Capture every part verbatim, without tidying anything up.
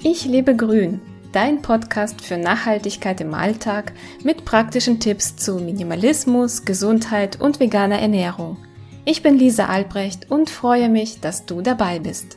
Ich lebe grün, dein Podcast für Nachhaltigkeit im Alltag mit praktischen Tipps zu Minimalismus, Gesundheit und veganer Ernährung. Ich bin Lisa Albrecht und freue mich, dass du dabei bist.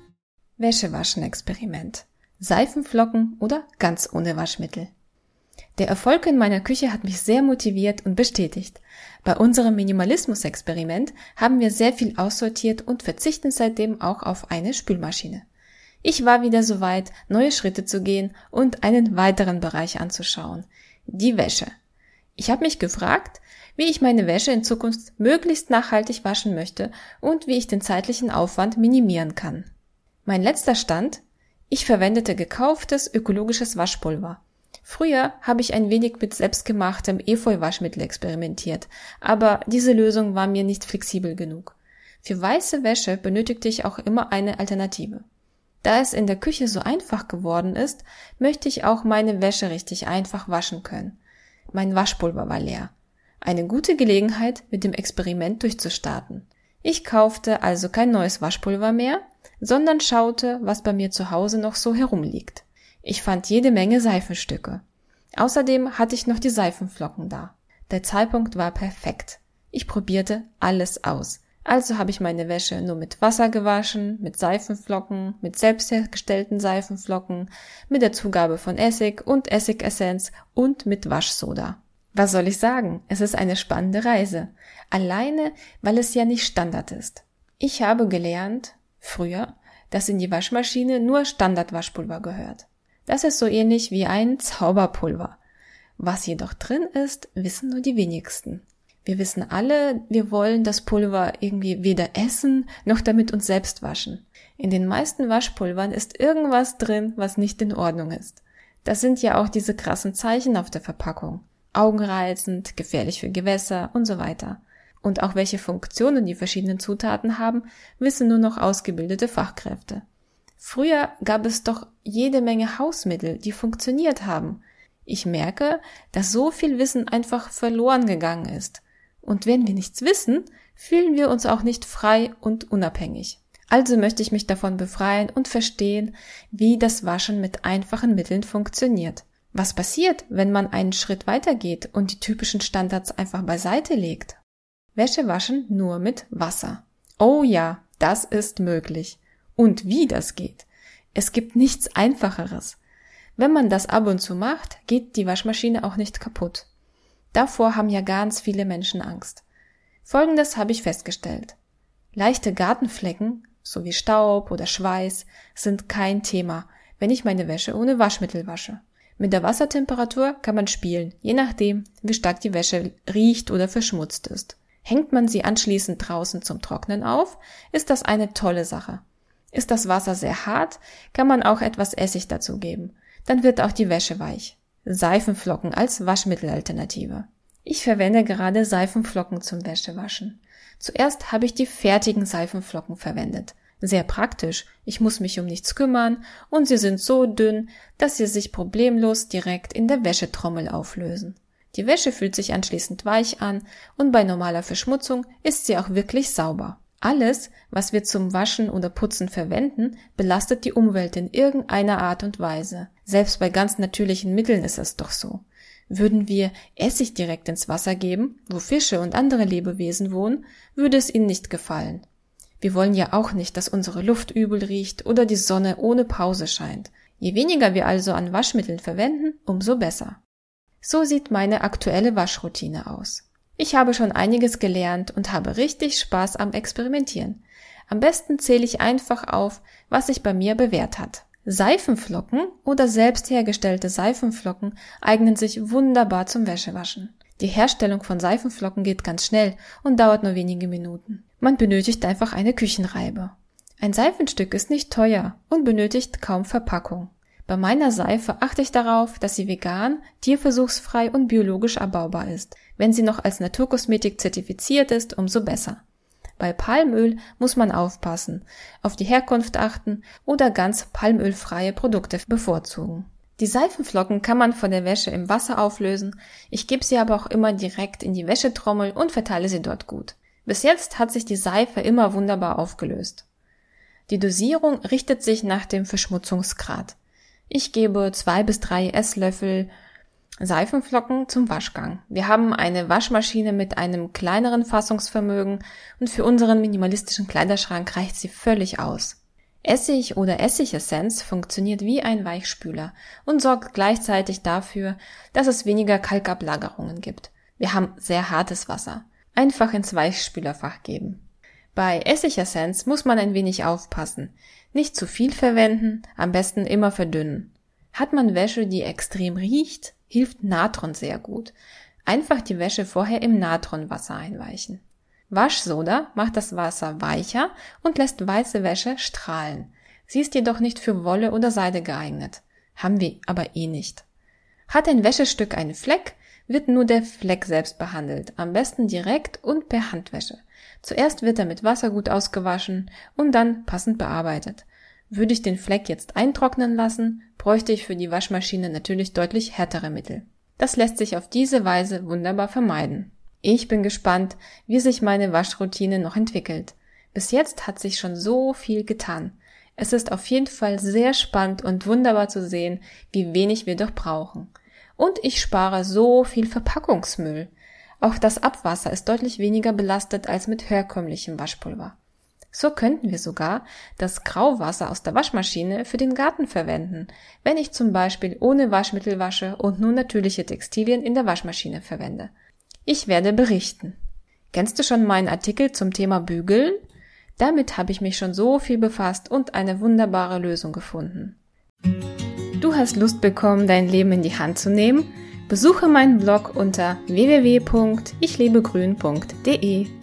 Wäschewaschen-Experiment. Seifenflocken oder ganz ohne Waschmittel. Der Erfolg in meiner Küche hat mich sehr motiviert und bestätigt. Bei unserem Minimalismus-Experiment haben wir sehr viel aussortiert und verzichten seitdem auch auf eine Spülmaschine. Ich war wieder soweit, neue Schritte zu gehen und einen weiteren Bereich anzuschauen. Die Wäsche. Ich habe mich gefragt, wie ich meine Wäsche in Zukunft möglichst nachhaltig waschen möchte und wie ich den zeitlichen Aufwand minimieren kann. Mein letzter Stand? Ich verwendete gekauftes ökologisches Waschpulver. Früher habe ich ein wenig mit selbstgemachtem Efeu-Waschmittel experimentiert, aber diese Lösung war mir nicht flexibel genug. Für weiße Wäsche benötigte ich auch immer eine Alternative. Da es in der Küche so einfach geworden ist, möchte ich auch meine Wäsche richtig einfach waschen können. Mein Waschpulver war leer. Eine gute Gelegenheit, mit dem Experiment durchzustarten. Ich kaufte also kein neues Waschpulver mehr, sondern schaute, was bei mir zu Hause noch so herumliegt. Ich fand jede Menge Seifenstücke. Außerdem hatte ich noch die Seifenflocken da. Der Zeitpunkt war perfekt. Ich probierte alles aus. Also habe ich meine Wäsche nur mit Wasser gewaschen, mit Seifenflocken, mit selbst hergestellten Seifenflocken, mit der Zugabe von Essig und Essigessenz und mit Waschsoda. Was soll ich sagen? Es ist eine spannende Reise. Alleine, weil es ja nicht Standard ist. Ich habe gelernt, früher, dass in die Waschmaschine nur Standardwaschpulver gehört. Das ist so ähnlich wie ein Zauberpulver. Was jedoch drin ist, wissen nur die wenigsten. Wir wissen alle, wir wollen das Pulver irgendwie weder essen, noch damit uns selbst waschen. In den meisten Waschpulvern ist irgendwas drin, was nicht in Ordnung ist. Das sind ja auch diese krassen Zeichen auf der Verpackung. Augenreizend, gefährlich für Gewässer und so weiter. Und auch welche Funktionen die verschiedenen Zutaten haben, wissen nur noch ausgebildete Fachkräfte. Früher gab es doch jede Menge Hausmittel, die funktioniert haben. Ich merke, dass so viel Wissen einfach verloren gegangen ist. Und wenn wir nichts wissen, fühlen wir uns auch nicht frei und unabhängig. Also möchte ich mich davon befreien und verstehen, wie das Waschen mit einfachen Mitteln funktioniert. Was passiert, wenn man einen Schritt weitergeht und die typischen Standards einfach beiseite legt? Wäsche waschen nur mit Wasser. Oh ja, das ist möglich. Und wie das geht? Es gibt nichts Einfacheres. Wenn man das ab und zu macht, geht die Waschmaschine auch nicht kaputt. Davor haben ja ganz viele Menschen Angst. Folgendes habe ich festgestellt. Leichte Gartenflecken, sowie Staub oder Schweiß, sind kein Thema, wenn ich meine Wäsche ohne Waschmittel wasche. Mit der Wassertemperatur kann man spielen, je nachdem, wie stark die Wäsche riecht oder verschmutzt ist. Hängt man sie anschließend draußen zum Trocknen auf, ist das eine tolle Sache. Ist das Wasser sehr hart, kann man auch etwas Essig dazugeben. Dann wird auch die Wäsche weich. Seifenflocken als Waschmittelalternative. Ich verwende gerade Seifenflocken zum Wäschewaschen. Zuerst habe ich die fertigen Seifenflocken verwendet. Sehr praktisch, ich muss mich um nichts kümmern und sie sind so dünn, dass sie sich problemlos direkt in der Wäschetrommel auflösen. Die Wäsche fühlt sich anschließend weich an und bei normaler Verschmutzung ist sie auch wirklich sauber. Alles, was wir zum Waschen oder Putzen verwenden, belastet die Umwelt in irgendeiner Art und Weise. Selbst bei ganz natürlichen Mitteln ist es doch so. Würden wir Essig direkt ins Wasser geben, wo Fische und andere Lebewesen wohnen, würde es ihnen nicht gefallen. Wir wollen ja auch nicht, dass unsere Luft übel riecht oder die Sonne ohne Pause scheint. Je weniger wir also an Waschmitteln verwenden, umso besser. So sieht meine aktuelle Waschroutine aus. Ich habe schon einiges gelernt und habe richtig Spaß am Experimentieren. Am besten zähle ich einfach auf, was sich bei mir bewährt hat. Seifenflocken oder selbst hergestellte Seifenflocken eignen sich wunderbar zum Wäschewaschen. Die Herstellung von Seifenflocken geht ganz schnell und dauert nur wenige Minuten. Man benötigt einfach eine Küchenreibe. Ein Seifenstück ist nicht teuer und benötigt kaum Verpackung. Bei meiner Seife achte ich darauf, dass sie vegan, tierversuchsfrei und biologisch abbaubar ist. Wenn sie noch als Naturkosmetik zertifiziert ist, umso besser. Bei Palmöl muss man aufpassen, auf die Herkunft achten oder ganz palmölfreie Produkte bevorzugen. Die Seifenflocken kann man von der Wäsche im Wasser auflösen, ich gebe sie aber auch immer direkt in die Wäschetrommel und verteile sie dort gut. Bis jetzt hat sich die Seife immer wunderbar aufgelöst. Die Dosierung richtet sich nach dem Verschmutzungsgrad. Ich gebe zwei bis drei Esslöffel Seifenflocken zum Waschgang. Wir haben eine Waschmaschine mit einem kleineren Fassungsvermögen und für unseren minimalistischen Kleiderschrank reicht sie völlig aus. Essig oder Essigessenz funktioniert wie ein Weichspüler und sorgt gleichzeitig dafür, dass es weniger Kalkablagerungen gibt. Wir haben sehr hartes Wasser. Einfach ins Weichspülerfach geben. Bei Essigessenz muss man ein wenig aufpassen. Nicht zu viel verwenden, am besten immer verdünnen. Hat man Wäsche, die extrem riecht, hilft Natron sehr gut. Einfach die Wäsche vorher im Natronwasser einweichen. Waschsoda macht das Wasser weicher und lässt weiße Wäsche strahlen. Sie ist jedoch nicht für Wolle oder Seide geeignet. Haben wir aber eh nicht. Hat ein Wäschestück einen Fleck, wird nur der Fleck selbst behandelt, am besten direkt und per Handwäsche. Zuerst wird er mit Wasser gut ausgewaschen und dann passend bearbeitet. Würde ich den Fleck jetzt eintrocknen lassen, bräuchte ich für die Waschmaschine natürlich deutlich härtere Mittel. Das lässt sich auf diese Weise wunderbar vermeiden. Ich bin gespannt, wie sich meine Waschroutine noch entwickelt. Bis jetzt hat sich schon so viel getan. Es ist auf jeden Fall sehr spannend und wunderbar zu sehen, wie wenig wir doch brauchen. Und ich spare so viel Verpackungsmüll. Auch das Abwasser ist deutlich weniger belastet als mit herkömmlichem Waschpulver. So könnten wir sogar das Grauwasser aus der Waschmaschine für den Garten verwenden, wenn ich zum Beispiel ohne Waschmittel wasche und nur natürliche Textilien in der Waschmaschine verwende. Ich werde berichten. Kennst du schon meinen Artikel zum Thema Bügeln? Damit habe ich mich schon so viel befasst und eine wunderbare Lösung gefunden. Du hast Lust bekommen, dein Leben in die Hand zu nehmen? Besuche meinen Blog unter w w w punkt ich lebe grün punkt d e.